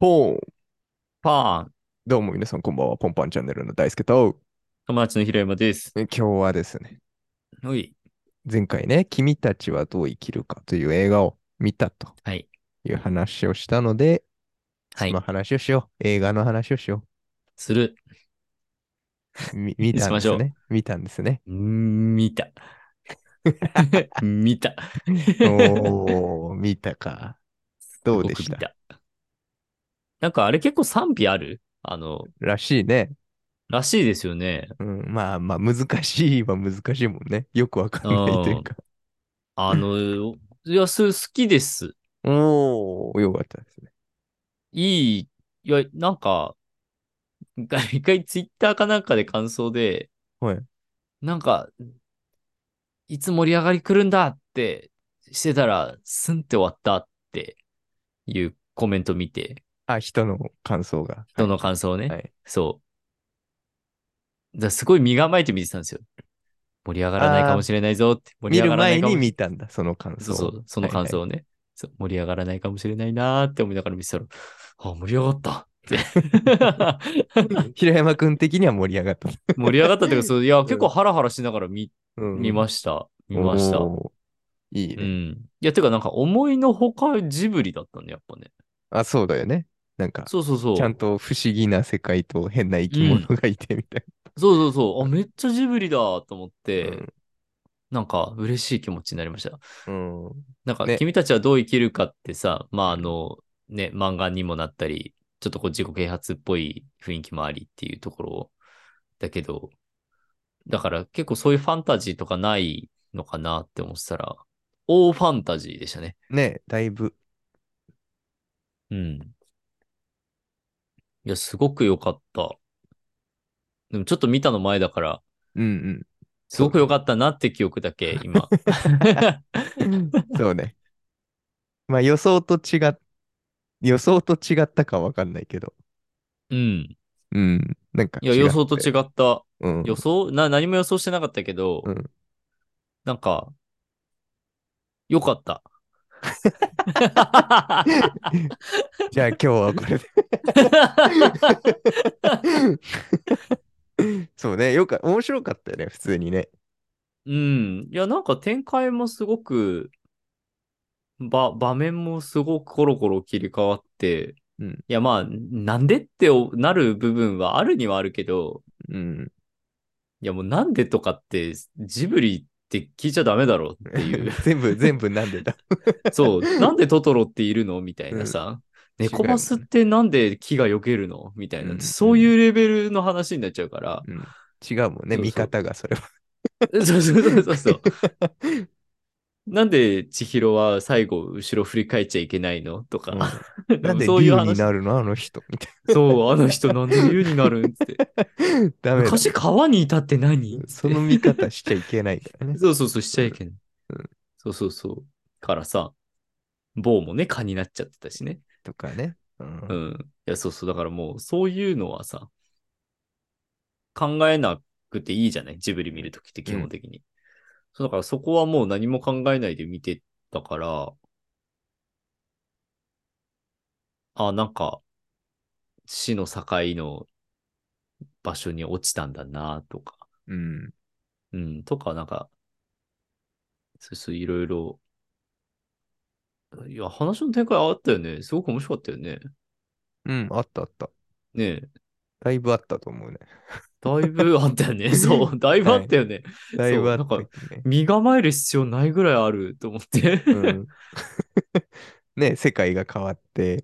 ポーン。 パーン。 どうも皆さんこんばんは。ポンパンチャンネルの大輔と、 友達の平山です。 今日はですね、 おい。 前回ね、君たちはどう生きるかという映画を見たとはい。 いう話をしたので、そのはい。 話をしよう。映画の話をしよする。 う。見たしましょんですね。見たんですね。 う。見た。見た。 おー、見たか。 すどうでした？ ごく見た。なんかあれ結構賛否あるらしいね。 らしいですよね。 うん、まあまあ、難しいは難しいもんね。よくわかうんないというん。 か。 いや、好きです。 おー、よかったですね。 いい。いや、なんか、一回ツイッターかなんかで感想で、 はい。 なんか、いつ盛り上がり来るんだってしてたら、スンって終わったっていうコメント見て、 あ、人の感想が。はい。 人の感想をね。 はい。 そう。すごい身構えて見てたんですよ。盛り上がらないかもああ、 しれないぞって。盛り見上がらないる前にかもし、 見たんだ、その感想を。 そうそう、そのはいはい。 感想をね。そう盛り上がらないかもしれないなーって思いながら見てたら、あ、盛り上がったって。 平山くん的には盛り上がった。 盛り上がったっていうか、そう、いや、結構うん。 ハラハラしながら見うん。 ました。見ました。 おー、いいね。 うん。いや、てかなんか思いのほかジブリだったね、やっぱね。 あ、そうだよね。なんか、 そうそうそちゃんと不思議な世界と変な生う。うき物ん。 がいてみたいそうそうそう。あ、めっちゃジブリだと思っな。 て、なんか嬉しい気持ちになりました。 うん。うん。 なんか、 ね。 君たちはどう生きるかってさ、 うん。 ね、漫画にもなったり、ちょっとこう自己啓発っぽい雰囲気もありっていうところだけど、だから結構そういうファンタジーとかないのかなって思ってたら、大ファンタジーでしたね。 ね、だいぶ。 うん。いや、すごく良かった。でもちょっと見たの前だから、 うんうん。 すごく良そうね。 かったなって記憶だけ今。 そうね。まあ予想と違ったかわかんないけど。 うん。 うん。なんかいや、 違っ予想とたよね。 違った。 うん。 何も予想してなかったけど、 うん。 なんか、良かった。 じゃあ今日はこれでそうね。面白かったよね、普通にね。 うん。いや、なんか展開もすごく、場面もすごくコロコロ切り替わって、 うん。 いや、まあ、なんでってなる部分はあるにはあるけど、 うん。 いや、もうなんでとかって、ジブリって聞いちゃダメだろっていう。 全部なんでだ。 そう、なんでトトロっているのみたいうん。 なさ。 違猫バスっうもんね。 てなんで木が避けるのみたいな。 うん。うん。 そういうレベルの話になっちゃうから。 うん。違うもんね、見そうそう。 方がそれは。 そうそうそうそうそう。なんで千尋は最後後ろ振り返っちゃいけないのとか。 うん。 でもそういうなんで竜にな話。 るのあの人みたいそう、あの人なんで竜になるんつって。 な。ダメだ昔も川にいたって何ん。 つって。 その見方しちゃいけないからね。 そうそうそう、しちうん。 ゃいけない。 うん。 そうそうそう。からさ、棒もね、蚊になっちゃってたしね。 とかね。ううん。 ん。いや、そうそう。だからもう、そういうのはさ、考えなくていいじゃないジブリ見るときってうん。 基本的に。そうだからそこはもう何も考えないで見てたから、あ、なんか死の境の場所に落ちたんだなとか、 うん。 うん、とかなんか、そうそういろいろ、いや、話の展開あったよね。すごく面白かったよね。 うん。あったあった。 ねえ、 だいぶあったと思うね。 だいぶあったよね。そう、だいぶあはい。 ったよね。そう、 だいぶあっなんか、 たけどね。 身構える必要ないぐらいあると思って。 うん。ね、世界が変わって、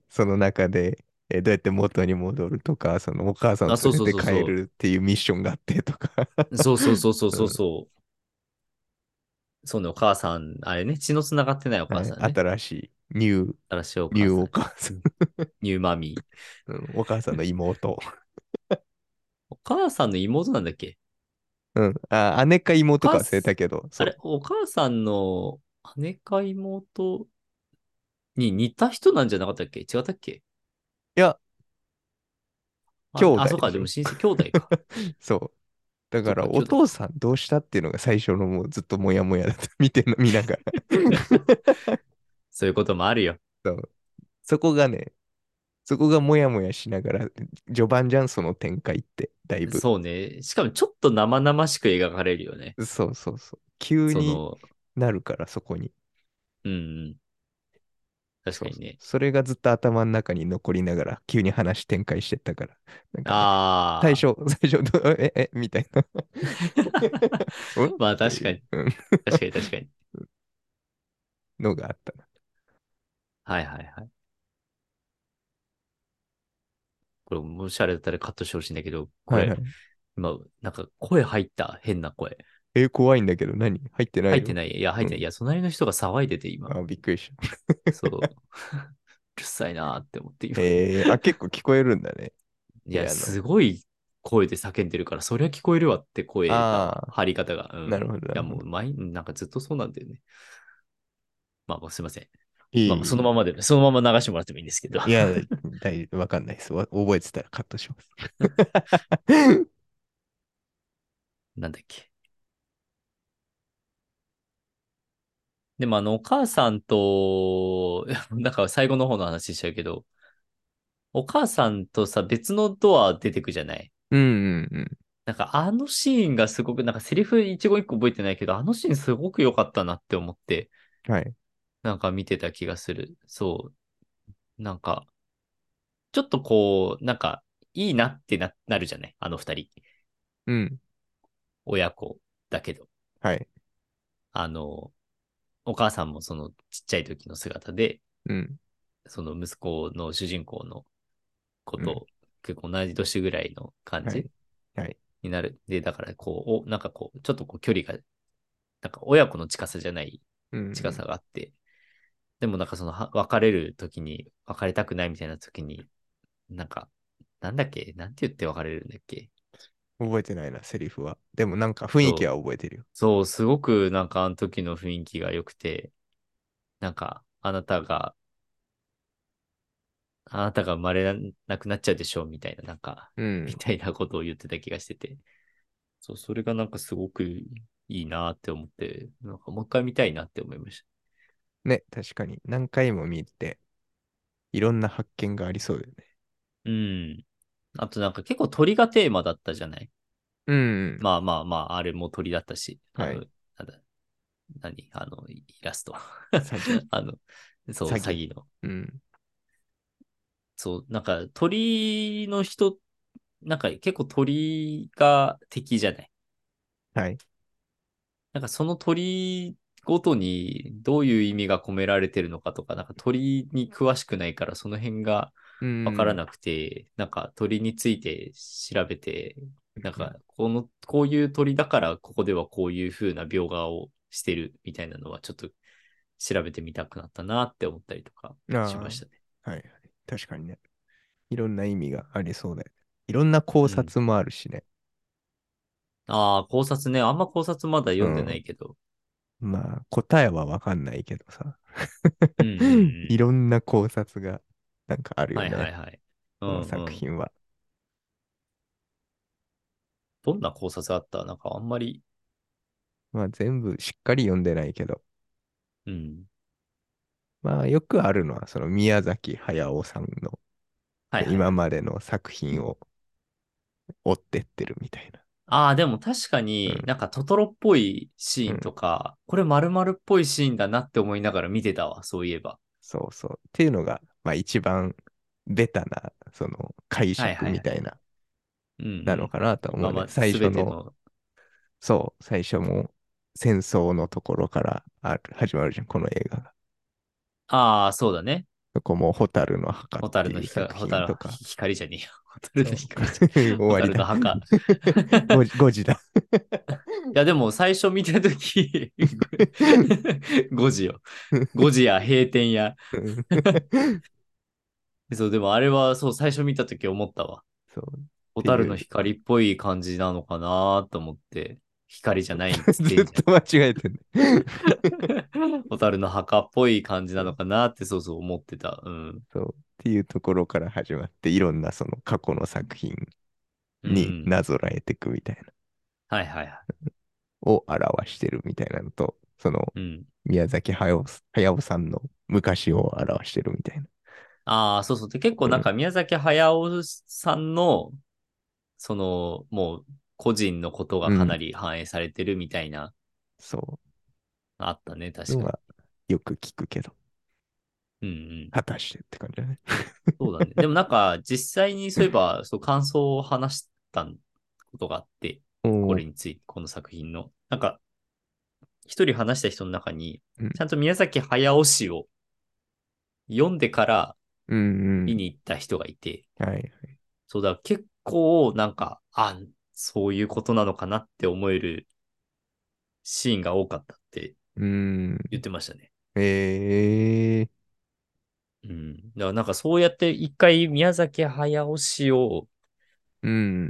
その中で、どうやって元に戻るとか、そのお母さんをあ、そうそう連れてそうそ帰るっていうミッションがあってとか。 う。そうそうそうそううん。 そうそう。そうね、お母さん、あれね、血の繋がってないおはい。 母さんね。 新しい、 新しいおニュー母さん。 お母さうんニューマミー。 ん。うん、お母さんの妹。 お母さんの妹なんだっけ？ うん。あ、姉か妹か忘れお母す、 たけど、 あれ、 そう。 お母さんの姉か妹に似た人なんじゃなかったっけ？違ったっけ？ いや、兄あ、そうか、 弟でしょ。 でも親戚兄弟か。 そう。だから、 そうか、兄お弟か。 父さんどうしたっていうのが最初のもうずっとモヤモヤだった。見ながら。 そういうこともあるよ。 そう。そこがね、 そこがモヤモヤしながら、序盤じゃん、その展開って、だいぶ。 そうね。しかもちょっと生々しく描かれるよね。 そうそうそう。急にその、 なるから、そこに。 うんうん。確そうそう。 かにね。 それがずっと頭の中に残りながら、急に話展開してったから。なんか、最ああ。 初、最初、みたいな。うんっまあていう、 確かに。 うん確かに確かに。 のがあったな。 はいはいはい。これもしあれだったらカットしてほしいんだけど、これ、 はいはい。 今、なんか声入った変な声。 怖いんだけど何入ってないの？ 入ってない。いや、入ってない。いうん。 や、隣の人が騒いでて今。 あ、びっくりした。 そう。うるさいなーって思って今。 結構聞こえるんだね。 いや、 部屋の。 すごい声で叫んでるから、そりゃ聞こえるわって声が、 ああ、 張り方が。うん。 なるほど、ないや、 るほど。 もうなんかずっとそうなんだよね。まあ、もうすいません。まあ、もうそのいい、 ままで、そのまま流してもらってもいいんですけど。 いや、わかんないです。覚えてたらカットします。 なんだっけ。でもお母さんと、なんか最後の方の話しちゃうけど、お母さんとさ、別のドア出てくじゃない。 うんうんうん。 なんかあのシーンがすごく、なんかセリフ一語一個覚えてないけど、あのシーンすごく良かったなって思って、 はい。 なんか見てた気がする。そう。なんか、ちょっとこう、なんか、いいなってなるじゃないあの二人。 うん。 親子だけど。 はい。 あの、お母さんもそのちっちゃい時の姿で、 うん。 その息子の主人公のこうん。 と、結構同じ年ぐらいの感はい。 じはい。 になる。で、だからこう、なんかこう、ちょっとこう距離が、なんか親子の近さじゃないうんう近ん。 さがあって、でもなんかその別れる時に、別れたくないみたいな時に、なんか、なんだっけなんて言って別れるんだっけ。 覚えてないな、セリフは。でもなんか雰囲気そう、 は覚えてるよ。 そう、すごくなんかあの時の雰囲気が良くて、なんか、あなたが生まれなくなっちゃうでしょうみたいな、なんか、 うん。 みたいなことを言ってた気がしてて。そう、それがなんかすごくいいなって思って、なんかもう一回見たいなって思いましね、確かに。何回も見て、いろんな発見がありそうだよね。 た。うん。あとなんか結構鳥がテーマだったじゃない。 うん。 まあまあまあ、あれも鳥だったし、 はい。 なんだ、イラスト。 詐欺。 あの、そう、 詐欺。 詐欺の。 うん。 そう、なんか鳥の人、なんか結構鳥が敵じゃない。 はい。 なんかその鳥ごとにどういう意味が込められてるのかとか、なんか鳥に詳しくないからその辺がうん。 わからなくて、なんか鳥について調べて、なんかこういう鳥だからここではこういう風な描画をしてるみたいなのはちょっと調べてみたくなったなって思ったりとかあしましたね。 あ、はい。確かにね。いろんな意味がありそうだよ。いろんな考うん。 察もあるしね。 ああ、考察ね。あんま考察まだ読んでなうん。 いけど。 まあ、答えはわかんないけどさ。 うんうんういん。 ろんな考察がなんかあるはいはいよね。 はい。うこのんうん。 作品は。 どんな考察あったなんかあんまり、 まあ全部しっかり読んでないけど。 うん。 まあよくあるのはその宮崎駿さんのはいはいはい。 今までの作品を追ってってるみたいな。 ああ、でも確かになんかトトロっぽいシーンとうん。 か、これ〇〇っぽいシーンだなって思いながら見てたわ、そういえば。 そうそう。っていうのが、まあ一番ベタな、その解はいはいはい。 釈みたいな、 うんうなのん。 かなとは思うね。 今ま、す最初の、 べての、 そう、最初も戦争のところから始まるじゃん、この映画が。 ああ、そうだね。 そこも蛍の墓っていう作品とか、 光じゃねえよ。蛍のそう、 光じゃ、 終わり蛍のだ。 墓。 5時だ。 いや、でも最初見たとき5時よ。5時や閉店や。そう、でもあれはそう、最初見たとき思ったわ。 そう。って蛍のいう。 光っぽい感じなのかなと思って、光じゃないっつってんじゃん。 ずっと間違えてんね。 蛍の墓っぽい感じなそうのかなってそうそう思ってた。うん。 そうっていうところから始まって、いろんなその過去の作品にうん。 なぞらえていくみたいな、 はいはいはい。 を表してるみたいなのと、そのうん。 宮崎駿さんの昔を表してるみたいな。 ああ、そうそう。で、結構うん。 なんか宮崎駿さんの、もう個人のことがかなうん。 り反映されてるみたいな、 そあったね、 う。 確かに。 のはよく聞くけど、 うんうん。 果たしてって感じだね。 そうだね。でもなんか、実際にそういえば、そう、感想を話したことがあって、こおー、 れについて、この作品の。なんか、一人話した人の中に、 うん。 ちゃんと宮崎駿詩を読んでからうんうん。 見に行った人がいて、 はい。 そうだ、結構、なんか、そういうことなのかなって思えるシーンが多かったってうん。 言ってましたね。 えー。 うん。だからなんかそうやって一回宮崎駿氏をうん。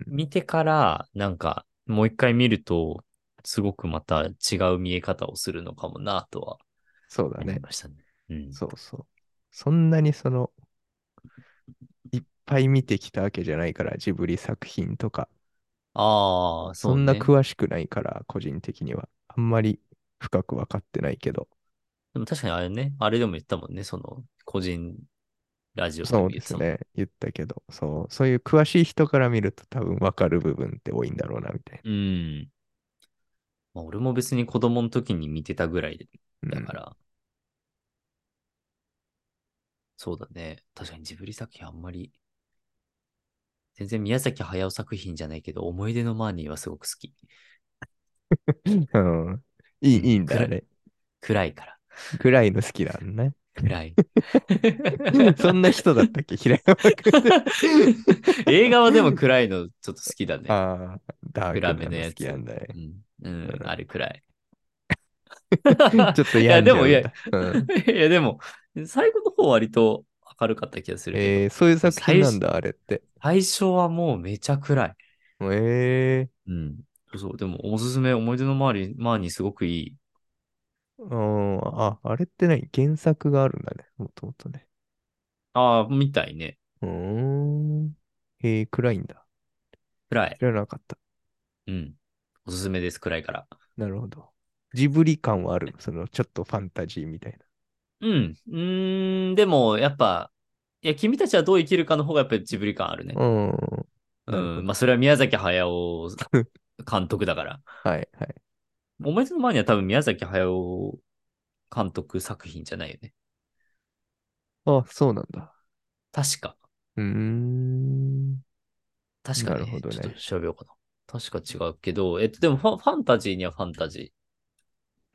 見てから、なんかもう一回見ると、すごくまた違う見え方をするのかもなとはそうだね。 思いましたね。うん。 そうそう。そんなにいっぱい見てきたわけじゃないから、ジブリ作品とか。 ああ、 そんなそうね。 詳しくないから、個人的には。あんまり深く分かってないけど。 でも確かにあれね、あれでも言ったもんね、個人ラジオでそうも言ってたもん。 ですね。言ったけど、そういう詳しい人から見ると多分分かる部分って多いんだろうな、みたいうん。まあ、俺も別に子供の時に見てたぐらいな。うん。 だから、そうだね。確かにジブリ作品あんまり、全然宮崎駿作品じゃないけど、思い出のマーニーはすごく好き。 うん。いいうん。 んだ、あれ。 暗いから。 ぐらいの好きなんね。 暗い。 そんな人だったっけ、平山くんって。 映画はでも暗いのちょっと好きだね。 ああ、ダーク暗めなの好きなのやつ。 んだね。 うん。うん、 うん、 あれ暗い。 ちょっといや、 病んでも、いや、いじゃうんだ。うん。 や、でも、最後の方割と明るかった気がするけど、 そういう作品最初、 なんだ、あれって。 最初はもうめちゃ暗い。 えうん。そう、でもおすすめ、思い出のマーニーすごくいい。 うん、あれって何原作があるんだね。もともとね。 ああ、みたいね。 うーん。暗いんだ。 暗い。 知らなかった。 うん。おすすめです、暗いから。 なるほど。ジブリ感はあるのちょっとファンタジーみたいうん。でも、やっぱ、いや、君たちはどう生きるかの方がやっぱりジブリ感あるね。 な。うん。なるほうん。 ど。 まあ、それは宮崎駿監督だから。 はい、はい。 思い出の前には多分宮崎駿監督作品じゃないよね。 あ、そうなんだ。 確か。 うーん。なるほ確かね。ちょっとどね。 調べようかな。確か違うけど、でもファンタジーにはファンタジー。 うん。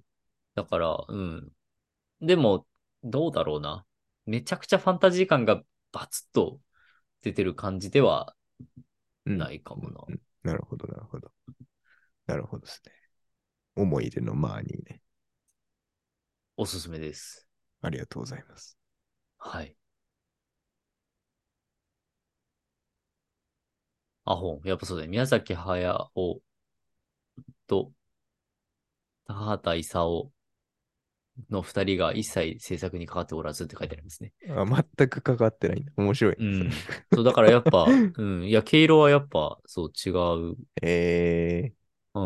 だから、うん。でも、どうだろうな。めちゃくちゃファンタジー感がバツッと出てる感じではうん。 ないかもな。 うん。なるほど、なるほど。なるほどですね。思い出のマーニーね。 おすすめです。 ありがとうございます。 はい。やっぱそうだね。宮崎駿と高畑勲の二人が一切制作に関わっておらずって書いてありますね。 全く関わってないんだ。面白いね。それ。 うん。そう、だからやっぱ、うん。いや、毛色はやっぱ、そう違う。 えうん。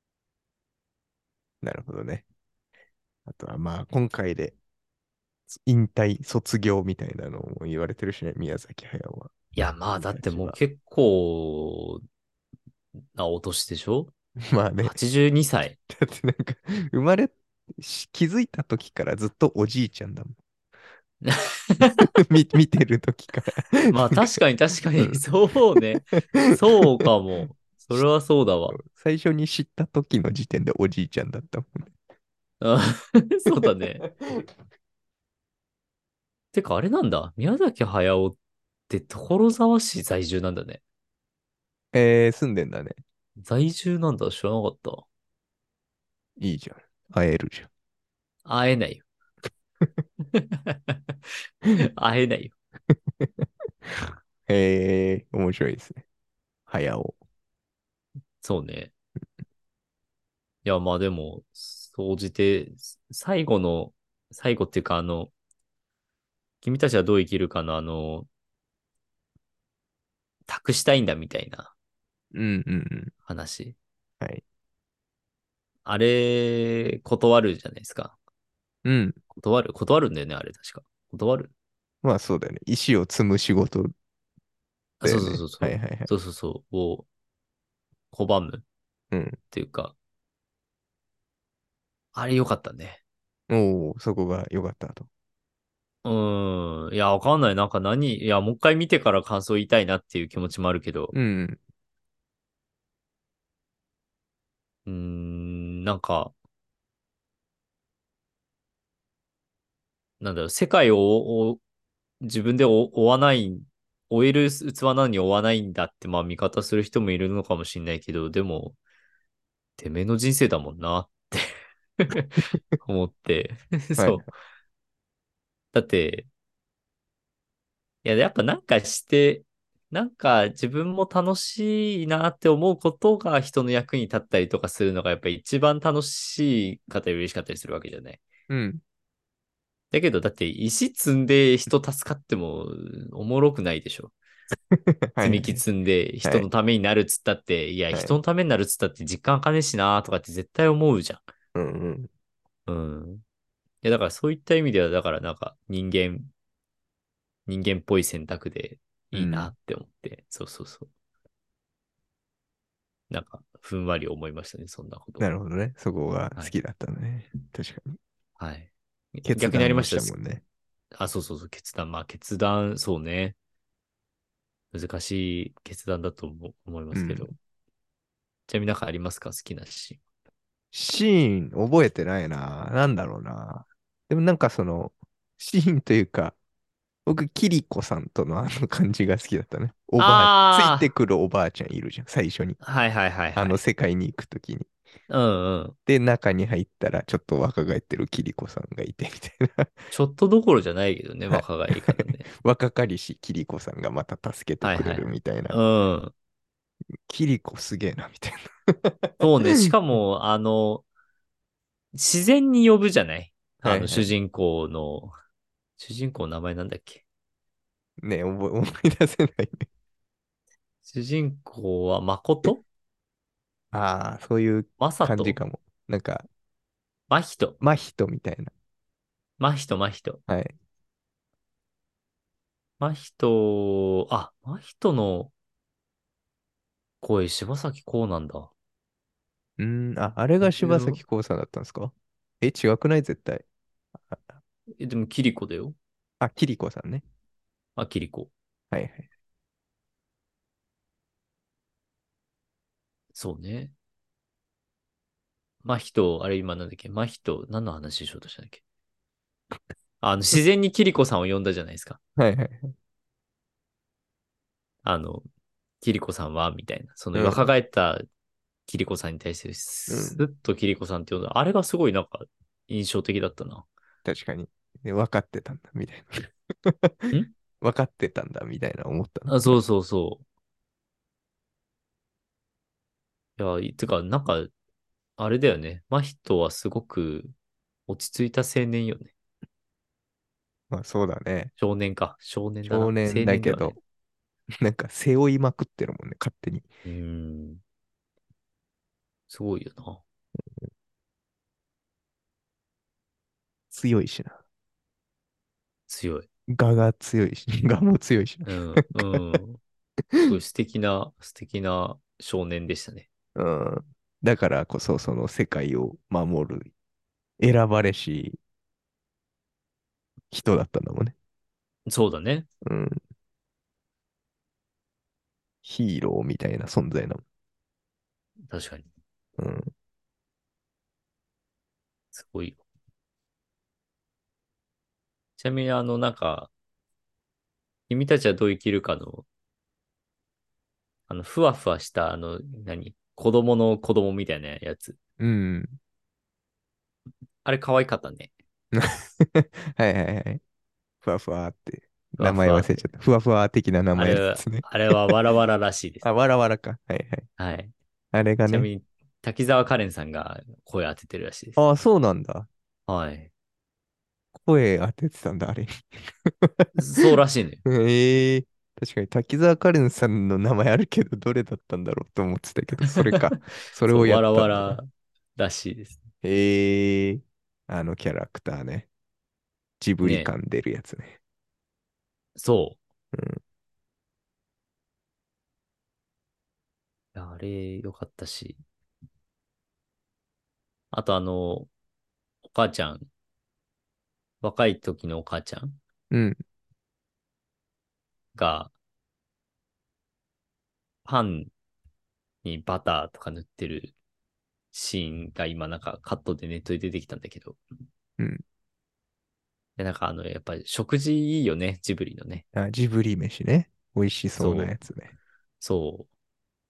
なるほどね。あとはまあ、今回で引退、卒業みたいなのも言われてるしね、宮崎駿は。 いや、まあ、だって君たちは。 もう結構なお年でしょ？ まあね、 82 歳。 だってなんか、生まれ気づいた時からずっとおじいちゃんだもん。見てる時から。なんまあ、 か、 確かに確かに、 うん。 そうね。そうかも。それはそうだわ。 最初に知った時の時点でおじいちゃんだったもんね。 あそうだね。てか、あれなんだ。宮崎駿って所沢市在住なんだね。 住んでんだね。 在住なんだ。知らなかった。 いいじゃん。会えるじ会えないよ。 ゃん。 会えないよ。 面白いですね。早尾。 そうね。いや、まあでも、総じて、最後っていうか、君たちはどう生きるかの託したいんだみたいなうんうんうん。 話。 はい。 あれ、断るじゃないですか。 うん。 断るんだよね、あれ確か。 断る。 まあそうだよね。石を積む仕事あ、そうそうだよね。 そうそう。 はいはいはい。 そうそうそう。を拒むっうん。 ていうか、あれ良かったね。 おお、そこが良かったと。 うーん。いや、わかんない。なんかいや、もう一回見てから感想言いたいなっていう気持ちもあるけど、 うん。 なんか、なんだろう、世界を自分で追わない、追える器なのに追わないんだって、まあ見方する人もいるのかもしれないけど、でも、てめえの人生だもんなって思って、 はい。 そう。だって、いや、やっぱなんかして、なんか自分も楽しいなって思うことが人の役に立ったりとかするのがやっぱり一番楽しかったり嬉しかったりするわけじゃない。 うん。 だけど、だって石積んで人助かってもおもろくないでしょ。 はいはい。 積み木積んではい。 人のためになるっつったって、いや、 はい。 人のためになるっつったって実感かねえしなとかって絶対思うじゃうんうん。 ん。うん。いや、だからそういった意味では、だからなんか人間っぽい選択でいいなうん。 って思って、そうそうそう。なんか、ふんわり思いましたね、そんなことを。 なるほどね。そこがはい。 好きだったね。確かに。 はい。 決断もし逆にありました。 たもんね。 あ、そうそうそう、決断。まあ、決断、そうね。難しい決断だと思いまうん。 すけど。ちなみになんかありますか？好きなシシーン覚えてないな。なんだろうな。でもなんかその、シーンというか、僕、キリコさんとのあの感じが好きだったね。ついてあくるおばあちゃんいるじゃん、最初に。 あ、はいはいはいあのはい。 世界に行くときに。 うんうん。 で、中に入ったら、ちょっと若返ってるキリコさんがいて、みたいな。 ちょっとどころじゃないけどね、 はい。 若返り方ね。 若かりしキリコさんがまた助けてくれはいはいはい。 るみたいな。 うん。 キリコすげえな、みたいそうね。しな。 かも、自然に呼ぶじゃない？主はいはい。 人公の、主人公の名前なんだっけ？ ね、思い出せないね。 主人公は誠ああ、そういうまさと感じかも。なんか、 真人真人みたいな。 真人。 はい。 真人の声、柴咲コウなんだ。 あれが柴えー咲コウさんだったんですか？え、違くない絶対。 でも、キリコだよ。 あ、キリコさんね。 あ、キリコ。 はいはい。 そうね。真人、あれ今なんだっけ？真人、何の話しようとしたんだっけ？自然にキリコさんを呼んだじゃないですか。 はいはい。 あの、キリコさんはみたいな。その若うん。 返ったキリコさんに対して、スうん。 ッとキリコさんって呼んだ。あれがすごいなんか印象的だったな。 確かに。分かってたんだ、みたいな。 ん分かってたんだ、みたいな思ったの。 あ、そうそうそう。いや、てか、なんか、あれだよね。真人はすごく落ち着いた青年よね。 まあそうだね。 少年か。少年だな。 少年青年ではね。 だけど、なんか背負いまくってるもんね、勝手に。 うーん。すごいよな。 強いしな。 強い。 我が強いし、我も強いしな。 うん、うん。すごい素敵な少年でしたね。 うん。だからこそ、その世界を守る、選ばれし人だったんだもんね。 そうだね。 うん。ヒーローみたいな存在なの。 確かに。 うん。 すごいよ。ちなみになんか、君たちはどう生きるかの、ふわふわした、子供の子供みたいなやつ。 うん。 あれ可愛かったね。 はいはいはい。ふわふわって。 ふわ名ふわって。 前忘れちゃった。ふわふわ的な名前であれは、 すね。 あれはわらわららしいであ、 す。 わらわらか。はいはい。 はい。 あれがね。 ちなみに、滝沢カレンさんが声当ててるらしいです。 ああ、そうなんだ。 はい。 声当ててたんだ、あれに。 そうらしいね。 ええ、確かに滝沢カレンさんの名前あるけど、どれだったんだろうと思ってたけど、それか。それそう、 をやっわらたんだね。 わららしいです。 ええ、あのキャラクターね。 ジブリね。 感出るやつね。 そう。 うん。 いやあれ、良かったし。あとお母ちゃん、若い時のお母ちゃんうん。 が、パンにバターとか塗ってるシーンが今なんかカットでネットで出てきたんだけど。 うん。 で、なんかやっぱり食事いいよね、ジブリのね。 あ、ジブリ飯ね。美味しそうなそう、 やつね。 そう。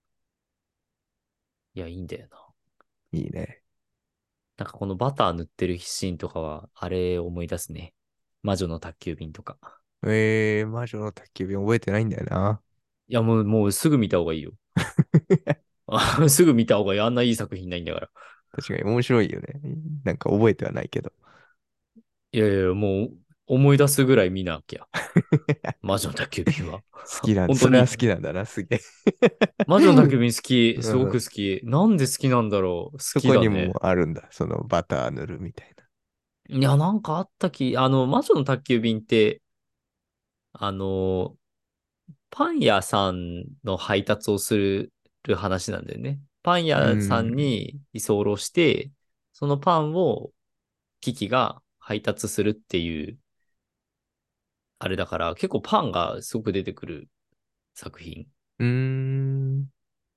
いや、いいんだよな。 いいね。 なんかこのバター塗ってるシーンとかは、あれ思い出すね。魔女の宅急便とか。 魔女の宅急便覚えてないんだよな。 いや、もうすぐ見た方がいいよ。すぐ見た方がいい。あんないい作品ないんだから。 確かに面白いよね。なんか覚えてはないけど。 いやいや、もう思い出すぐらい見なきゃ。魔女の宅急便は。 好きなんだ。それは本当に。 好きなんだな、すげえ。 魔女の宅急便好き。すごうん、 く好き。なんで好きなんだろう。好そこにもきだね。 あるんだ。そのバター塗るみたいいや、なんかあった魔女の宅急便って、あの、パン屋さんの配達をする話なんだよね。パンな。う屋さんん。 に居候して、そのパンをキキが配達するっていう、あれだから、結構パンがすごく出てくる作品。 うーん。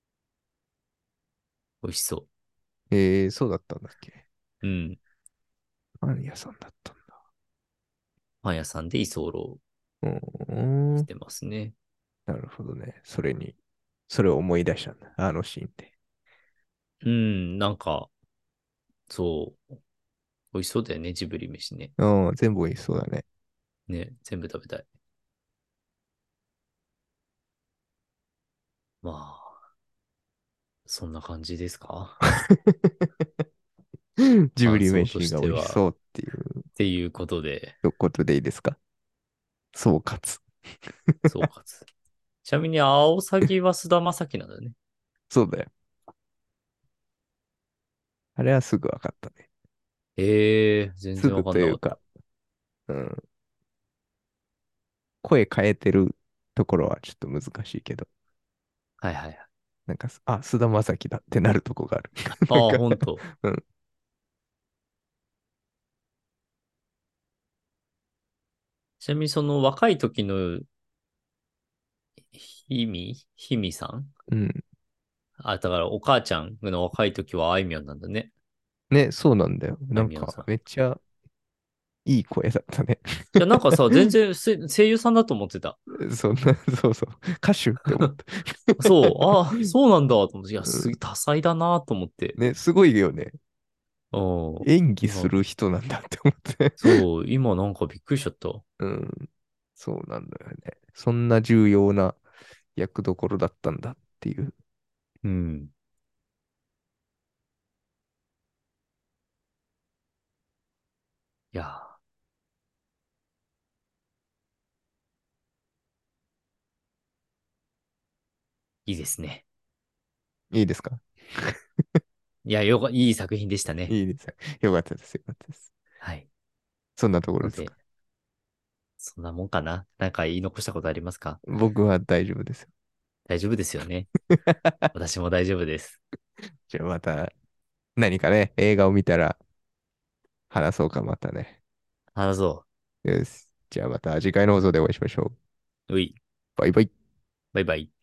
美味しそそうだったんだっけ。 う。うん。 パン屋さんだったんだ。 パン屋さんで居候うーん。 してますね。 なるほどね。それを思い出したんだ。あのシーンで。 うん、なんか、そう、美味しそうだよね、ジブリ飯ね。 うん、全部美味しそうだね。 ね、全部食べたい。まあ、そんな感じですか？ ジブリ感想とし飯が美味しそては、 うっていうっていうことで、 ことでいいですか？総括。 総括。ちなみに、アオサギは菅田将暉なんだね。 そうだよ。あれはすぐ分かったね。 全然わすぐかんなかった。 というか、うん、声変えてるところはちょっと難しいけど、 はいはいはい。 なんか、あ、菅田将暉だってなるとこがある。なんああ、 か、 ほんと。 うん、 ちなみに、その若い時のひみさん。 うん。 あ、だからお母ちゃんの若い時はあいみょんなんだね。 ね、そうなんだよ。 あなんか、 いみょんさん。いめっちゃいい声だったね。 や、なんかさ、全然声優さんだと思ってた。 そんな、そうそう。歌手って思った。 そう、ああ、そうなんだと思って。いや、 うん、 多彩だなと思って。 ね、すごいよね。 うん。 演技す今、 る人なんだって思って。 そう、今なんかびっくりしちゃった。 うん、そうなんだよね。そんな重要な役どころだったんだっていう。 うん。いや、いいですね。 いいですか？ いや、いい作品でしたね。 いいです。よかったです。よかったです。 はい。 そんなところので、 ですか？ そんなもんかな。なんか言い残したことありますか？ 僕は大丈夫ですよ。 大丈夫ですよね。私も大丈夫です。 じゃあまた何かね、映画を見たら話そうか、またね。 話そよし。じゃあまた次回の放送でお会いしましょう。 う。うい。 バイバイ。 バイバイ。